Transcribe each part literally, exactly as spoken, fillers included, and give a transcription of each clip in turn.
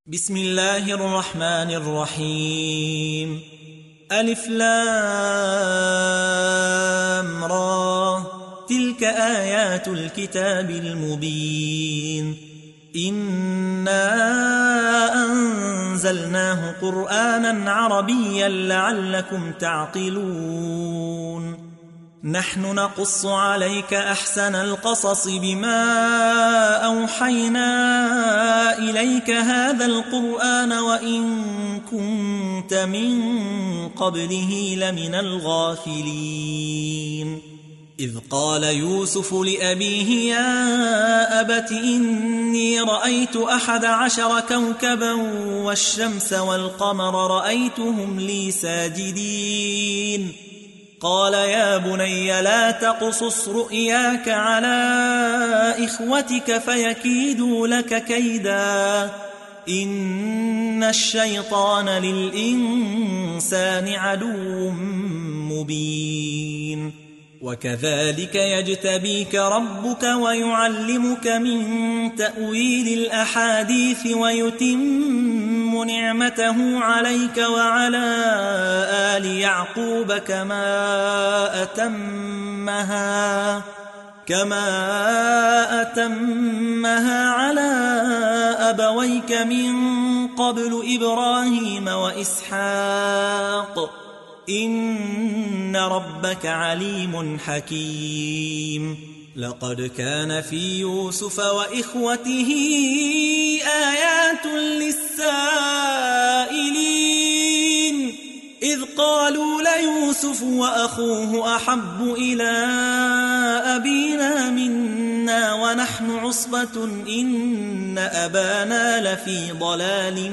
بسم الله الرحمن الرحيم. ألف لام را، تلك آيات الكتاب المبين. إنا أنزلناه قرآنا عربيا لعلكم تعقلون. نحن نقص عليك أحسن القصص بما أوحينا إليك هذا القرآن وإن كنت من قبله لمن الغافلين. إذ قال يوسف لأبيه يا أبت إني رأيت أحد عشر كوكبا والشمس والقمر رأيتهم لي ساجدين. قال يا بني لا تقصص رؤياك على إخوتك فيكيدوا لك كيدا، إن الشيطان للإنسان عدو مبين. وكذلك يجتبيك ربك ويعلمك من تأويل الأحاديث ويتم نعمته عليك وعلى آل يعقوب كما أتمها كما أتمها على أبويك من قبل إبراهيم وإسحاق إن ربك عليم حكيم. لقد كان في يوسف وإخوته آيات للسائلين إذ قالوا ليوسف وأخوه أحب إلى أبينا منا ونحن عصبة إن أبانا لفي ضلال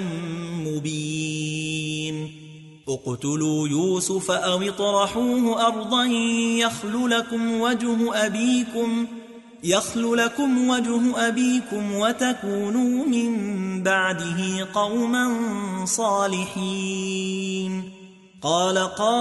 مبين. اقتلوا يوسف أو اطرحوه أرضا يخل لكم وجه أبيكم يخل لكم وجه أبيكم وتكونوا من بعده قوما صالحين. قال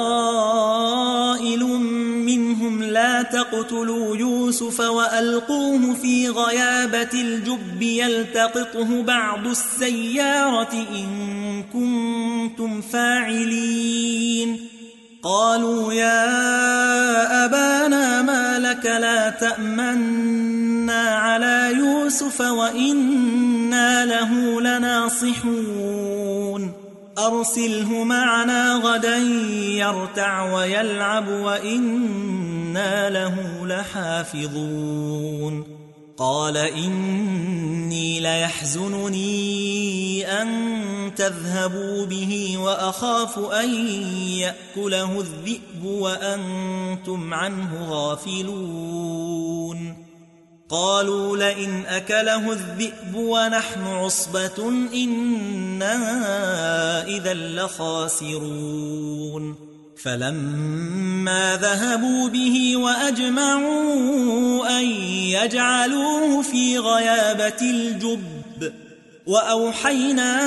قائل منهم لا تقتلوا يوسف وألقوه في غيابة الجب يلتقطه بعض السيارة إن كنتم فاعلين. قالوا يا أبانا ما لك لا تأمنا على يوسف وإنا له لناصحون. أرسله معنا غدا يرتع ويلعب وإنا له لحافظون. قال إني ليحزنني أن تذهبوا به وأخاف أن يأكله الذئب وأنتم عنه غافلون. قالوا لئن أكله الذئب ونحن عصبة إنا إذا لخاسرون. فلما ذهبوا به وأجمعوا أن يجعلوه في غيابة الجب وأوحينا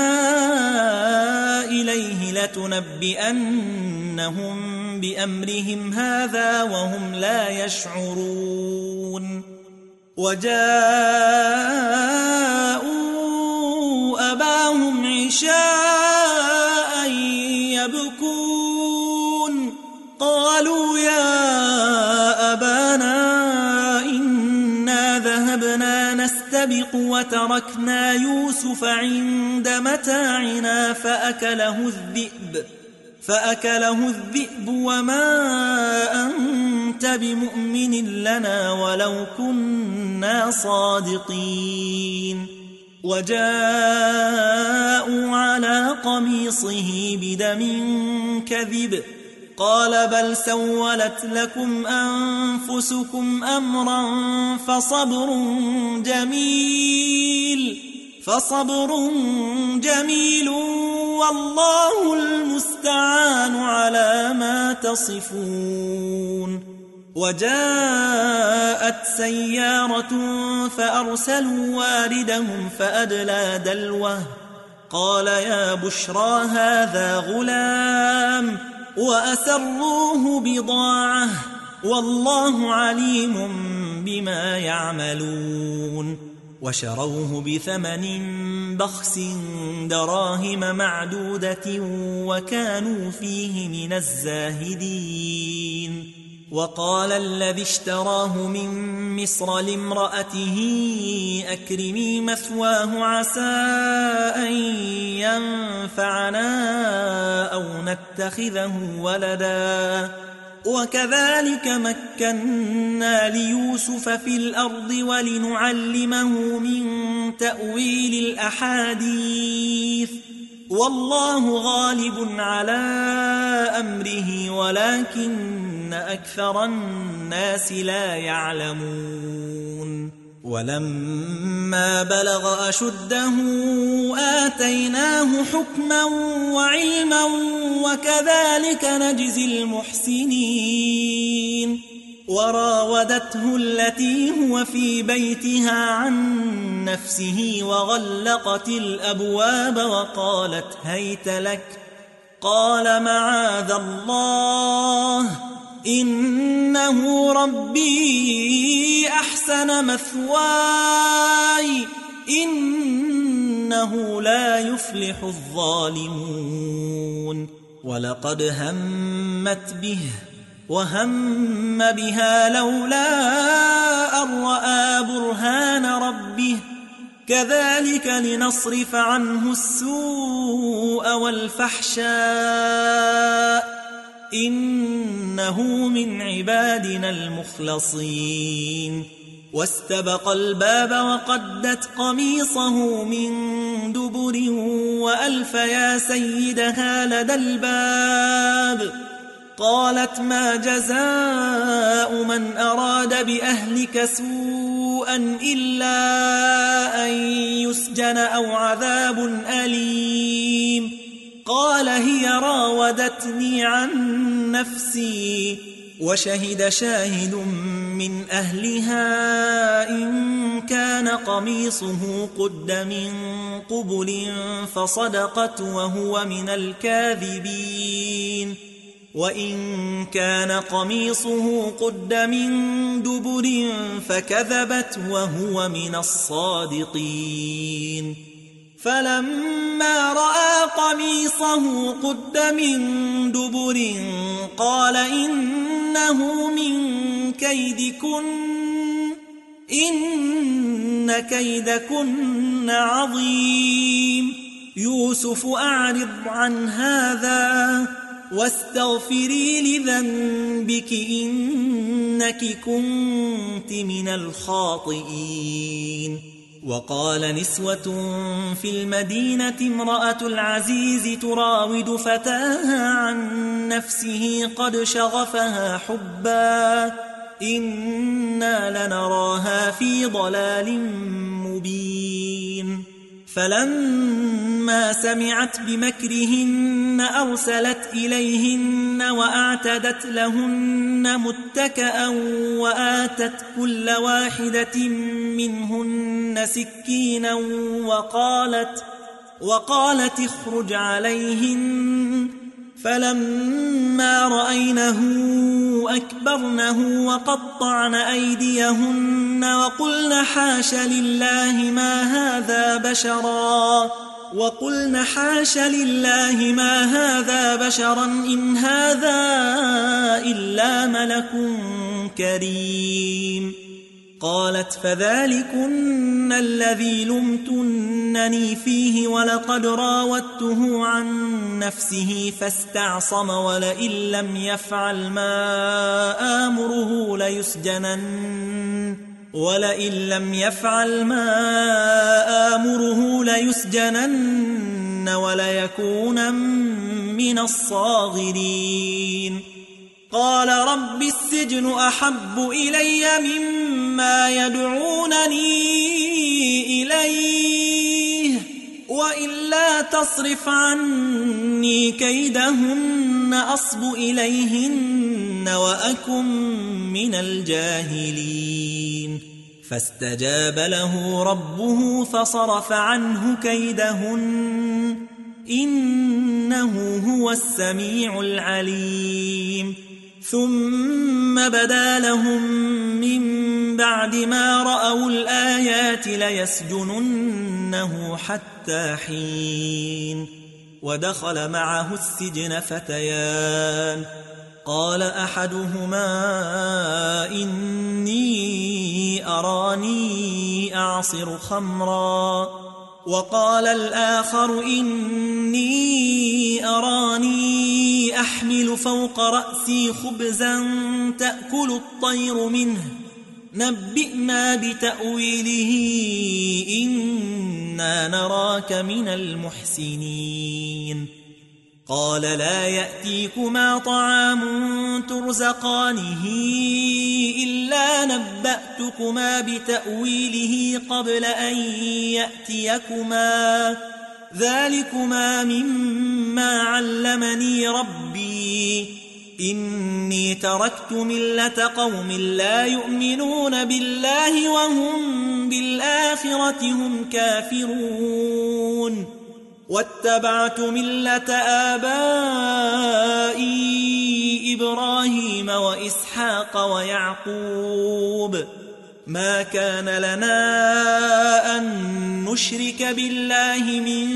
إليه لتنبئنهم بأمرهم هذا وهم لا يشعرون. وجاءوا أباهم عشاء يبكون. قالوا يا أبانا إنا ذهبنا نستبق وتركنا يوسف عند متاعنا فأكله الذئب فأكله الذئب وما أنت بمؤمن لنا ولو كنا صادقين. وجاءوا على قميصه بدم كذب قال بل سولت لكم أنفسكم أمرا فصبر جميل فصبر جميل والله المستعان على ما تصفون. وجاءت سيارة فأرسلوا واردهم فأدلى دلوه قال يا بشرى هذا غلام وأسروه بضاعة والله عليم بما يعملون. وشروه بثمن بخس دراهم معدودة وكانوا فيه من الزاهدين. وقال الذي اشتراه من مصر لامرأته أكرمي مثواه عسى أن ينفعنا أو نتخذه ولدا وكذلك مكنا ليوسف في الأرض ولنعلمه من تأويل الأحاديث والله غالب على أمره ولكن أكثر الناس لا يعلمون. ولما بلغ أشده آتيناه حكما وعلما وكذلك نجزي المحسنين. وراودته التي هو في بيتها عن نفسه وغلقت الأبواب وقالت هيت لك قال معاذ الله إنه ربي أحسن مثواي إنه لا يفلح الظالمون. ولقد همت به وهم بها لولا أن رأى برهان ربه كذلك لنصرف عنه السوء والفحشاء إنه من عبادنا المخلصين. واستبق الباب وقدت قميصه من دبر وألف يا سيدها لدى الباب قالت ما جزاء من أراد بأهلك سوءا إلا أن يسجن أو عذاب أليم. قال هي راودتني عن نفسي وشهد شاهد من أهلها إن كان قميصه قد من قبل فصدقت وهو من الكاذبين وإن كان قميصه قد من دبر فكذبت وهو من الصادقين. فلما رأى قميصه قد من دبر قال إنه من كيدكن إن كيدكن عظيم. يوسف أعرض عن هذا واستغفري لذنبك إنك كنت من الخاطئين. وقال نسوة في المدينة امرأة العزيز تراود فتاها عن نفسه قد شغفها حبا إنا لنراها في ضلال مبين. فلما سمعت بمكرهن أرسلت إليهن وأعتدت لهن متكأ وآتت كل واحدة منهن سكينا وقالت, وقالت اخرج عليهن. فلما رأينه أكبرنه وقطعن أيديهن وقلن حاش لله ما هذا بشرا وقلن حاش لله ما هذا بشرا إن هذا إلا ملك كريم. قالت فذلكن الذي لمتنني فيه ولقد راودته عن نفسه فاستعصم ولئن لم يفعل ما آمره ليسجنن ولئن لم يفعل ما آمره ليسجنن وليكون من الصاغرين. قال رب السجن أحب إلي مما يدعونني إليه وإلا تصرف عني كيدهن أصب إليهن وأكن من الجاهلين. فاستجاب له ربه فصرف عنه كيدهن إنه هو السميع العليم. ثم بدا لهم من بعد ما رأوا الآيات ليسجننه حتى حين ودخل معه السجن فتيان قال أحدهما إني أراني أعصر خمرا وقال الآخر إني أراني أحمل فوق رأسي خبزا تأكل الطير منه نبئنا بتأويله إنا نراك من المحسنين قال لا يأتيكما طعام ترزقانه إلا نبأتكما بتأويله قبل أن يأتيكما ذلكما مما علمني ربي إني تركت ملة قوم لا يؤمنون بالله وهم بالآخرة هم كافرون واتبعت ملة آبائي إبراهيم وإسحاق ويعقوب ما كان لنا أن نشرك بالله من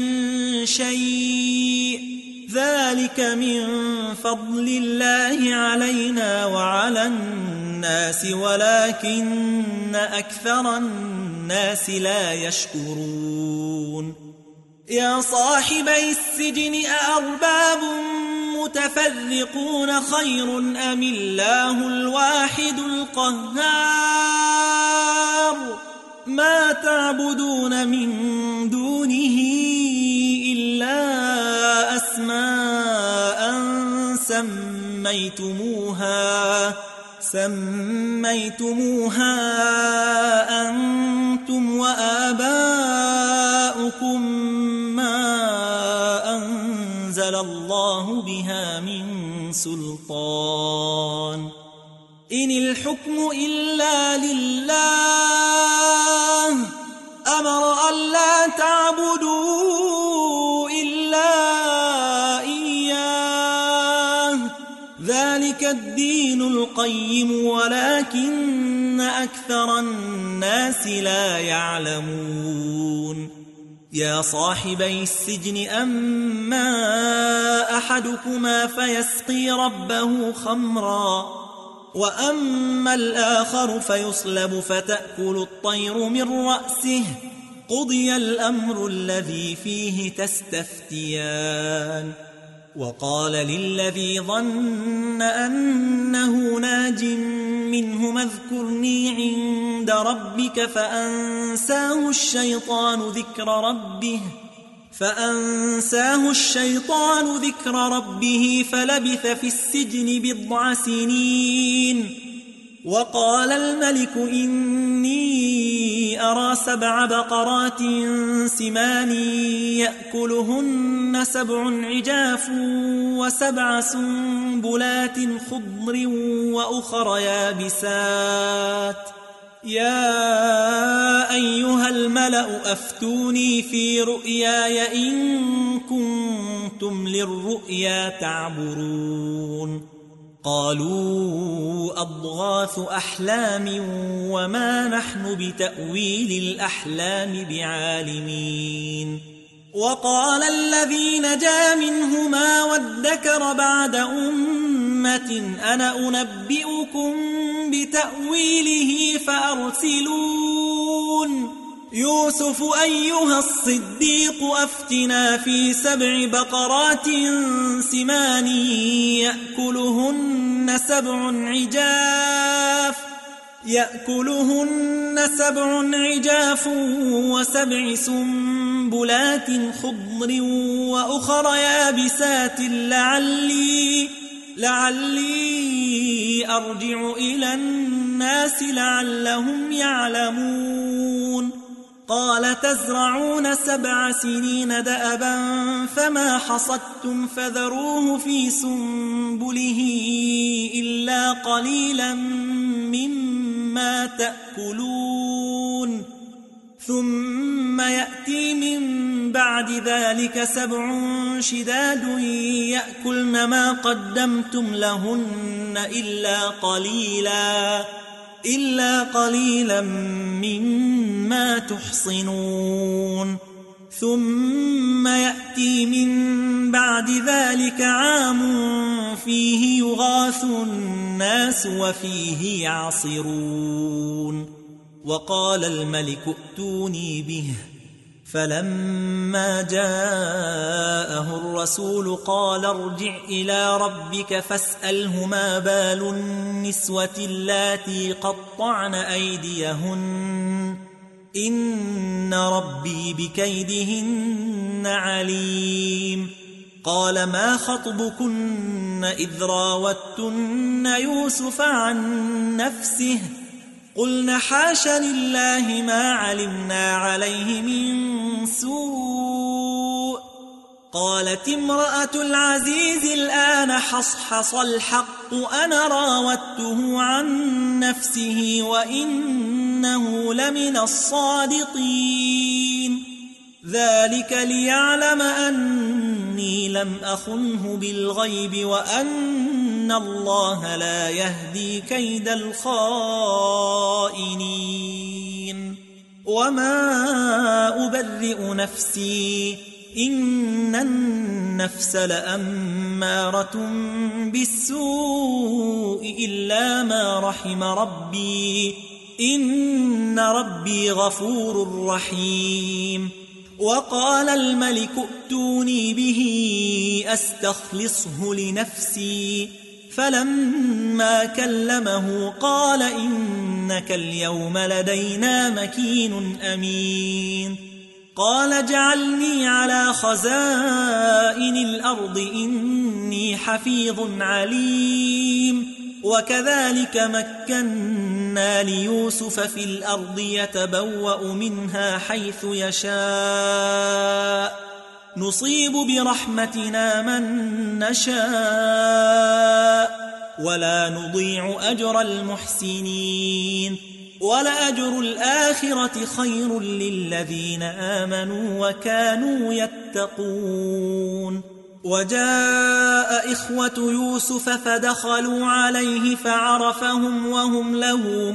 شيء ذلك من فضل الله علينا وعلى الناس ولكن أكثر الناس لا يشكرون يا صاحبي السجن أأرباب متفرقون خير أم الله الواحد القهار ما تعبدون من دونه إلا أسماء سميتموها سميتموها أنتم وآباؤكم ما أنزل الله بها من سلطان إن الحكم إلا لله أمر ألا تعبدوا إلا إياه ذلك الدين القيم ولكن أكثر الناس لا يعلمون يا صاحبي السجن أما أحدكما فيسقي ربه خمرا وأما الآخر فيصلب فتأكل الطير من رأسه قضي الأمر الذي فيه تستفتيان وقال للذي ظن أنه ناج منهما اذكرني عند ربك فأنساه الشيطان ذكر ربه فأنساه الشيطان ذكر ربه فلبث في السجن بضع سنين وقال الملك إني أرى سبع بقرات سمان يأكلهن سبع عجاف وسبع سنبلات خضر وأخر يابسات يا أيها الملأ أفتوني في رؤياي إن كنتم للرؤيا تعبرون قالوا أضغاث أحلام وما نحن بتأويل الأحلام بعالمين وقال الذي نجا منهما وادكر بعد أمة أنا أنبئكم بتأويله فأرسلون يوسف أيها الصديق أفتنا في سبع بقرات سمان يأكلهن سبع عجاف يأكلهن سبع عجاف وسبع سنبلات خضر وأخر يابسات لعلي لعلي أرجع إلى الناس لعلهم يعلمون قال تزرعون سبع سنين دأبا فما حصدتم فذروه في سنبله إلا قليلا مما تأكلون ثم يأتي من بعد ذلك سبع شداد يأكلن ما قدمتم لهن إلا قليلا إلا قليلا مما تحصنون ثم يأتي من بعد ذلك عام فيه يغاث الناس وفيه يعصرون وقال الملك ائتوني به فلما جاءه الرسول قال ارجع إلى ربك فاسأله ما بال النسوة اللاتي قطعن أيديهن إن ربي بكيدهن عليم قال ما خطبكن إذ راوتن يوسف عن نفسه قلنا حاش لله ما علمنا عليه من سوء قالت امرأة العزيز الآن حصحص الحق أنا راودته عن نفسه وإنه لمن الصادقين ذلك ليعلم أني لم أخنه بالغيب وأن الله لا يهدي كيد الخائنين وما أبرئ نفسي إن النفس لأمارة بالسوء إلا ما رحم ربي إن ربي غفور رحيم وقال الملك ائتوني به أستخلصه لنفسي فلما كلمه قال إنك اليوم لدينا مكين أمين قال اجعلني على خزائن الأرض إني حفيظ عليم وكذلك مكنا ليوسف في الأرض يتبوأ منها حيث يشاء نصيب برحمتنا من نشاء ولا نضيع أجر المحسنين ولأجر الآخرة خير للذين آمنوا وكانوا يتقون وجاء إخوة يوسف فدخلوا عليه فعرفهم وهم له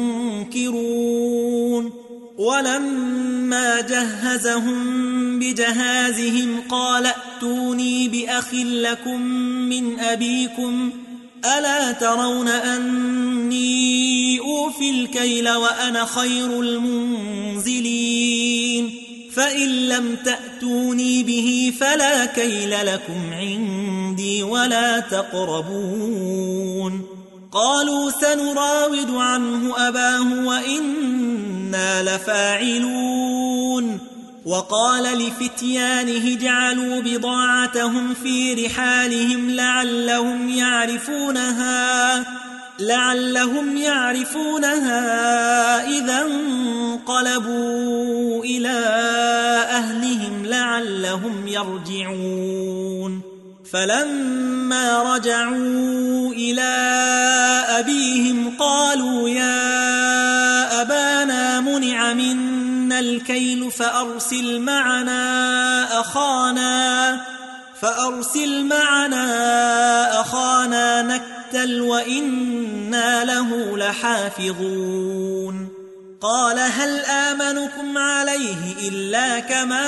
منكرون ولما جهزهم بجهازهم قال ائتوني بأخ لكم من أبيكم ألا ترون أني أوفي الكيل وأنا خير المنزلين فإن لم تأتوني به فلا كيل لكم عندي ولا تقربون قالوا سنراود عنه أباه وإنا لفاعلون وقال لفتيانه اجعلوا بضاعتهم في رحالهم لعلهم يعرفونها لعلهم يعرفونها إذا انقلبوا إلى أهلهم لعلهم يرجعون فلما رجعوا إلى أبيهم قالوا يا أبانا منع منا الكيل فأرسل معنا أخانا فأرسل معنا أخانا نكتل وإنا له لحافظون قال هل آمنكم عليه إلا كما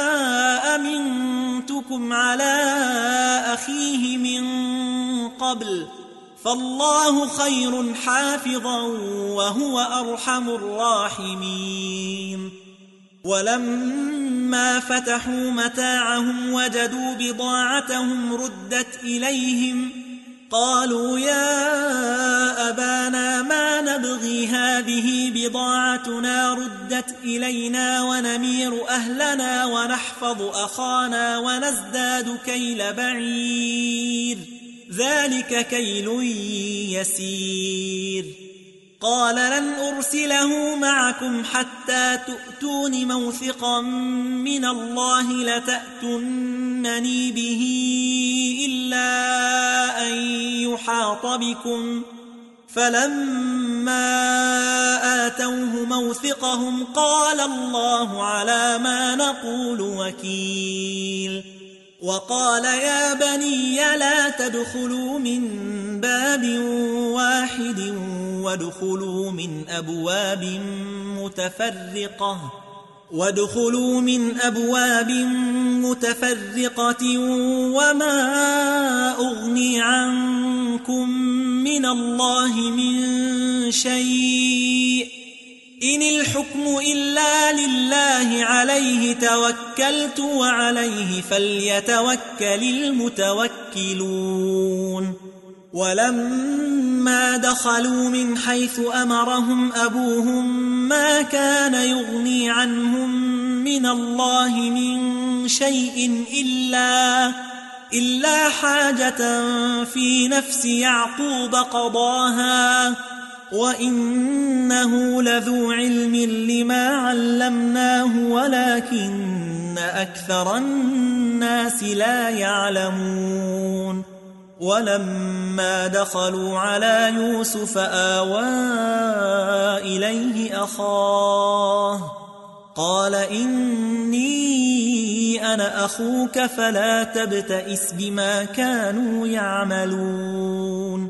أمنتكم على أخيه من قبل فالله خير حافظا وهو أرحم الراحمين ولما فتحوا متاعهم وجدوا بضاعتهم ردت إليهم قالوا يا أبانا ما نبغي هذه بضاعتنا ردت إلينا ونمير أهلنا ونحفظ أخانا ونزداد كيل بعير ذلك كيل يسير قال لن أرسله معكم حتى تؤتون موثقا من الله لتأتونني به إلا أن يحاط بكم فلما آتوه موثقهم قال الله على ما نقول وكيل وقال يا بني لا تدخلوا من باب واحد وادخلوا من أبواب متفرقة وادخلوا من أبواب متفرقة وما أغني عنكم من الله من شيء إن الحكم إلا لله عليه توكلت وعليه فليتوكل المتوكلون ولما دخلوا من حيث أمرهم أبوهم ما كان يغني عنهم من الله من شيء إلا, إلا حاجة في نفس يعقوب قضاها وإنه لذو علم لما علمناه ولكن أكثر الناس لا يعلمون ولما دخلوا على يوسف آوى إليه أخاه قال إني أنا أخوك فلا تبتئس بما كانوا يعملون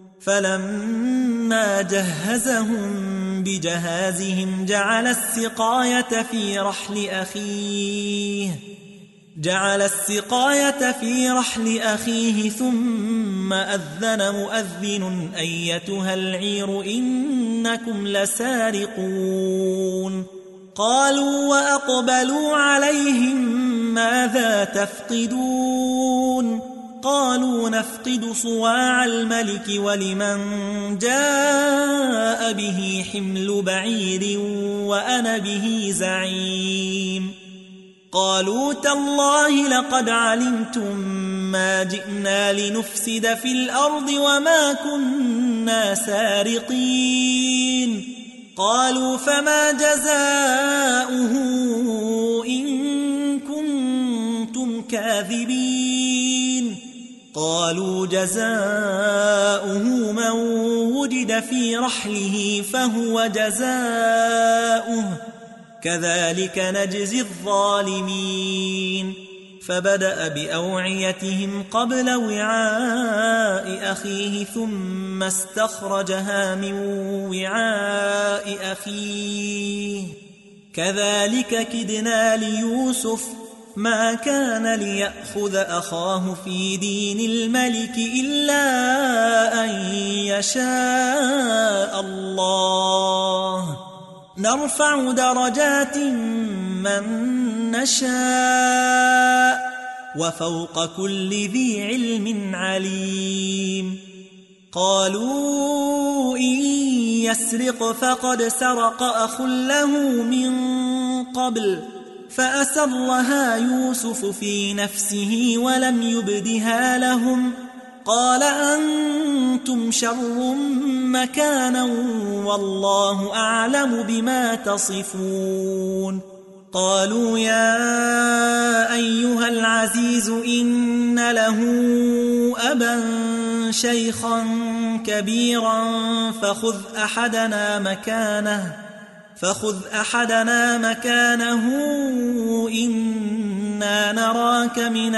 فلما جهزهم بجهازهم جعل السقاية في رحل أخيه جعل السقاية في رحل أخيه ثم أذن مؤذن أيتها العير إنكم لسارقون قالوا وأقبلوا عليهم ماذا تفقدون قالوا نفقد صواع الملك ولمن جاء به حمل بعير وأنا به زعيم قالوا تالله لقد علمتم ما جئنا لنفسد في الأرض وما كنا سارقين قالوا فما جزاؤه إن كنتم كاذبين قالوا جزاؤه من وجد في رحله فهو جزاؤه كذلك نجزي الظالمين فبدأ بأوعيتهم قبل وعاء أخيه ثم استخرجها من وعاء أخيه كذلك كدنا ليوسف ما كان ليأخذ أخاه في دين الملك إلا أن يشاء الله نرفع درجات من نشاء وفوق كل ذي علم عليم قالوا إن يسرق فقد سرق أخ له من قبل فأسرها يوسف في نفسه ولم يبدها لهم قال أنتم شر مكانا والله أعلم بما تصفون قالوا يا أيها العزيز إن له أبا شيخا كبيرا فخذ أحدنا مكانه فخذ أحدنا مكانه إنا نراك من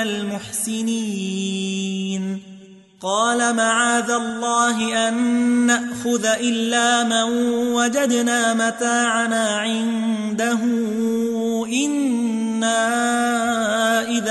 المحسنين قال معاذ الله أن نأخذ إلا من وجدنا متاعنا عنده إنا إذا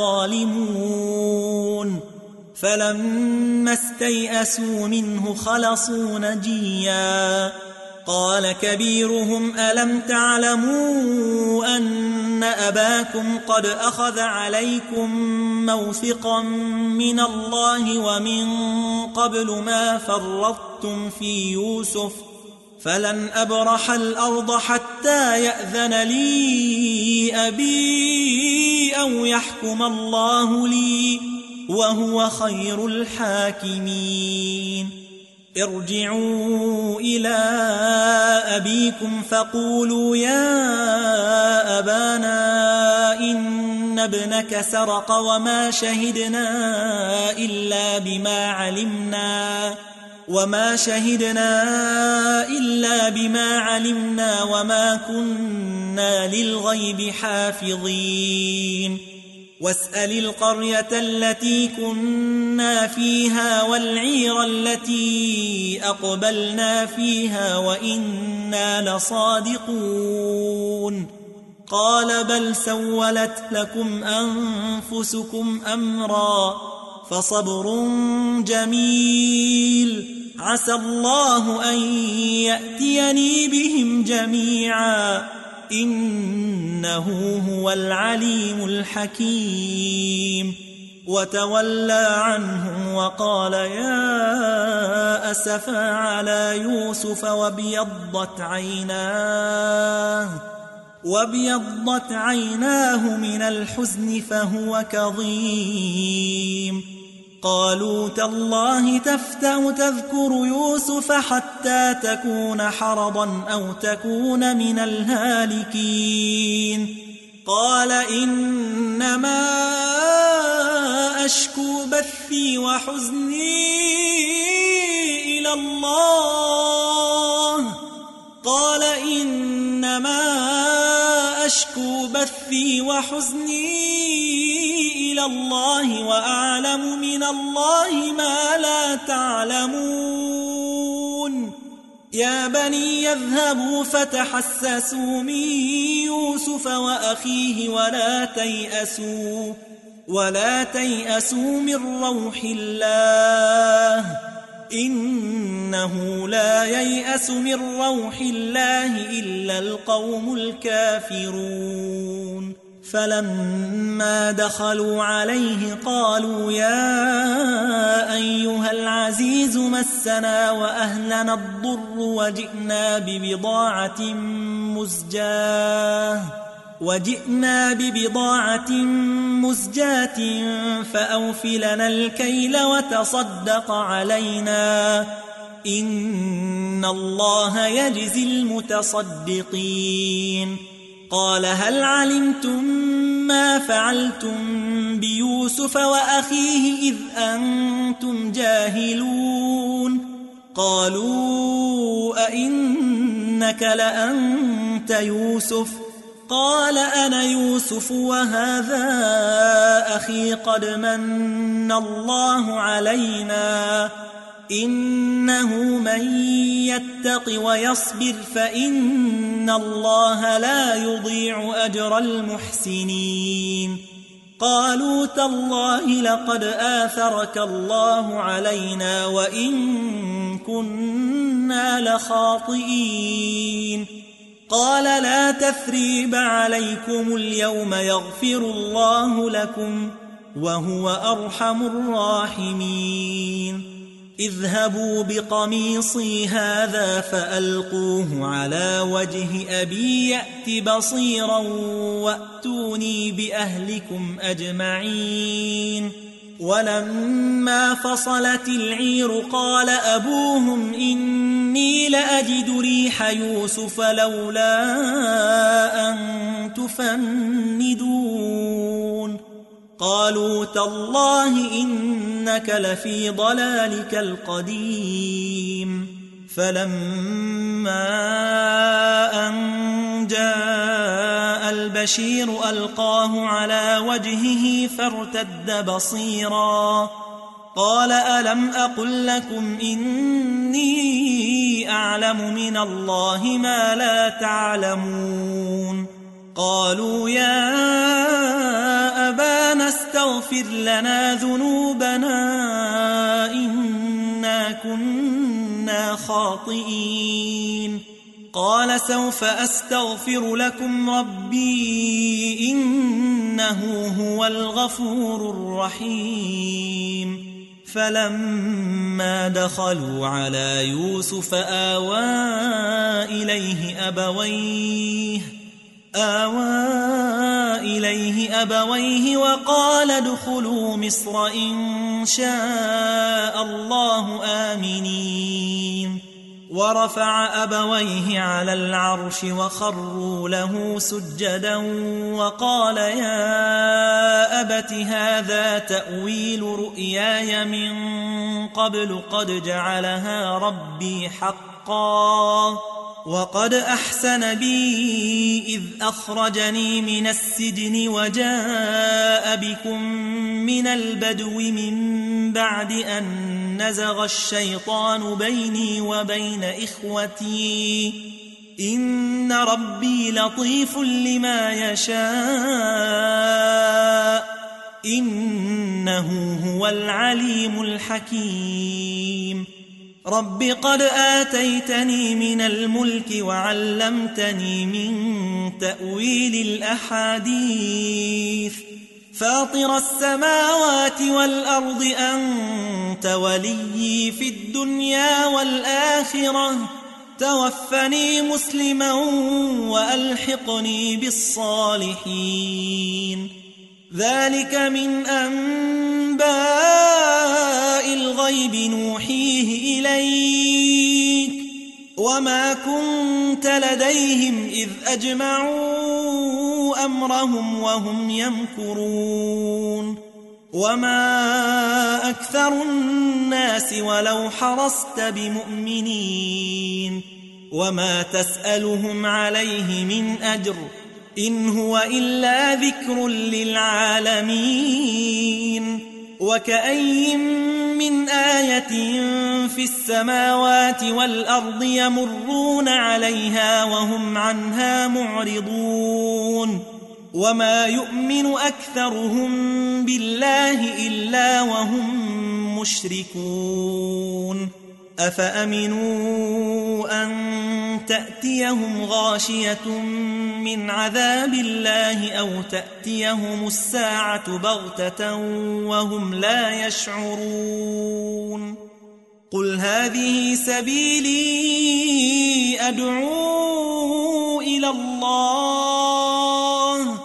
لظالمون فلما استيئسوا منه خلصوا نجيا قال كبيرهم ألم تعلموا أن أباكم قد أخذ عليكم موثقا من الله ومن قبل ما فرطتم في يوسف فلن أبرح الأرض حتى يأذن لي أبي أو يحكم الله لي وهو خير الحاكمين ارجعوا إلى أبيكم فقولوا يا أبانا إن ابنك سرق وما شهدنا إلا بما علمنا وما شهدنا إلا بما علمنا وما كنا للغيب حافظين واسأل القرية التي كنا فيها والعير التي أقبلنا فيها وإنا لصادقون قال بل سولت لكم أنفسكم أمرا فصبر جميل عسى الله أن يأتيني بهم جميعا إنه هو العليم الحكيم وتولى عنهم وقال يا أسفا على يوسف وابيضت عيناه وابيضت عيناه من الحزن فهو كظيم قالوا تالله تفتأ تذكر يوسف حتى تكون حرضا أو تكون من الهالكين قال إنما أشكو بثي وحزني إلى الله قال إنما أشكو بثي وحزني إلى الله وأعلم من الله ما لا تعلمون يا بني يذهبوا فتحسسوا من يوسف وأخيه ولا تيأسوا ولا تيأسوا من روح الله إنه لا ييأس من روح الله إلا القوم الكافرون فلما دخلوا عليه قالوا يا أيها العزيز مسنا وأهلنا الضر وجئنا ببضاعة مزجاة وجئنا ببضاعة مزجاة فأوف لنا الكيل وتصدق علينا إن الله يجزي المتصدقين قال هل علمتم ما فعلتم بيوسف وأخيه إذ أنتم جاهلون قالوا أئنك لأنت يوسف قال أنا يوسف وهذا أخي قد من الله علينا إنه من يتق ويصبر فإن الله لا يضيع أجر المحسنين قالوا تالله لقد آثرك الله علينا وإن كنا لخاطئين قال لا تثريب عليكم اليوم يغفر الله لكم وهو أرحم الراحمين اذهبوا بقميصي هذا فألقوه على وجه أبي يأت بصيرا وأتوني بأهلكم أجمعين ولما فصلت العير قال أبوهم إني لأجد ريح يوسف لولا أن تفندون قالوا تالله إنك لفي ضلالك القديم فلما أن جاء البشير ألقاه على وجهه فارتد بصيرا قال ألم أقل لكم إني أعلم من الله ما لا تعلمون قالوا يا أبانا استغفر لنا ذنوبنا إنا كنا خاطئين قال سوف أستغفر لكم ربي إنه هو الغفور الرحيم فلما دخلوا على يوسف آوى إليه أبويه آوى إليه أبويه وقال ادخلوا مصر إن شاء الله آمنين ورفع أبويه على العرش وخروا له سجدا وقال يا أبت هذا تأويل رؤياي من قبل قد جعلها ربي حقا وقد أحسن بي إذ أخرجني من السجن وجاء بكم من البدو من بعد أن نزغ الشيطان بيني وبين إخوتي إن ربي لطيف لما يشاء إنه هو العليم الحكيم رب قد آتيتني من الملك وعلمتني من تأويل الأحاديث فاطر السماوات والأرض أنت وليي في الدنيا والآخرة توفني مسلما وألحقني بالصالحين ذلك من أنباء الغيب نوحيه إليك وما كنت لديهم إذ أجمعوا أمرهم وهم يمكرون وما أكثر الناس ولو حرصت بمؤمنين وما تسألهم عليه من أجر إن هو إلا ذكر للعالمين وكأي من آية في السماوات والأرض يمرون عليها وهم عنها معرضون وما يؤمن أكثرهم بالله إلا وهم مشركون أفأمنوا أن تأتيهم غاشية من عذاب الله أو تأتيهم الساعة بغتة وهم لا يشعرون قل هذه سبيلي أدعو إلى الله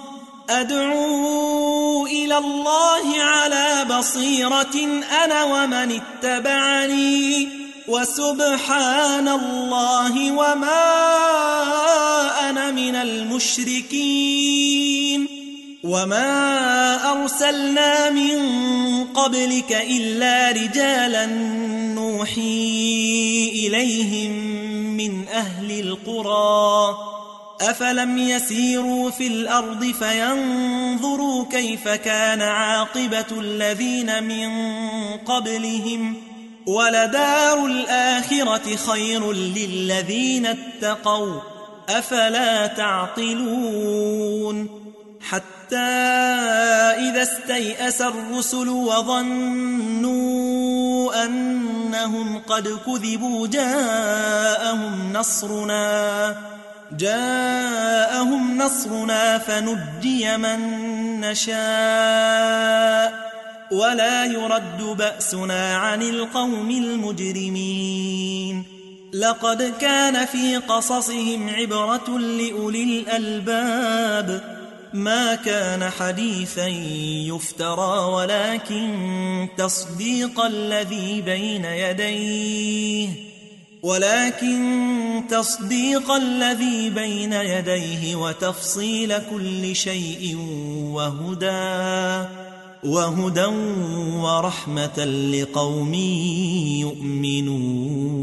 أدعو إلى الله على بصيرة أنا ومن اتبعني وسبحان الله وما أنا من المشركين وما أرسلنا من قبلك إلا رجالا نوحي إليهم من أهل القرى أفلم يسيروا في الأرض فينظروا كيف كان عاقبة الذين من قبلهم ولدار الآخرة خير للذين اتقوا أفلا تعقلون حتى إذا استيأس الرسل وظنوا أنهم قد كذبوا جاءهم نصرنا جاءهم نصرنا فنجي من نشاء ولا يرد بأسنا عن القوم المجرمين لقد كان في قصصهم عبرة لأولي الألباب ما كان حديثا يفترى ولكن تصديق الذي بين يديه ولكن تصديق الذي بين يديه وتفصيل كل شيء وهدى وهدى ورحمة لقوم يؤمنون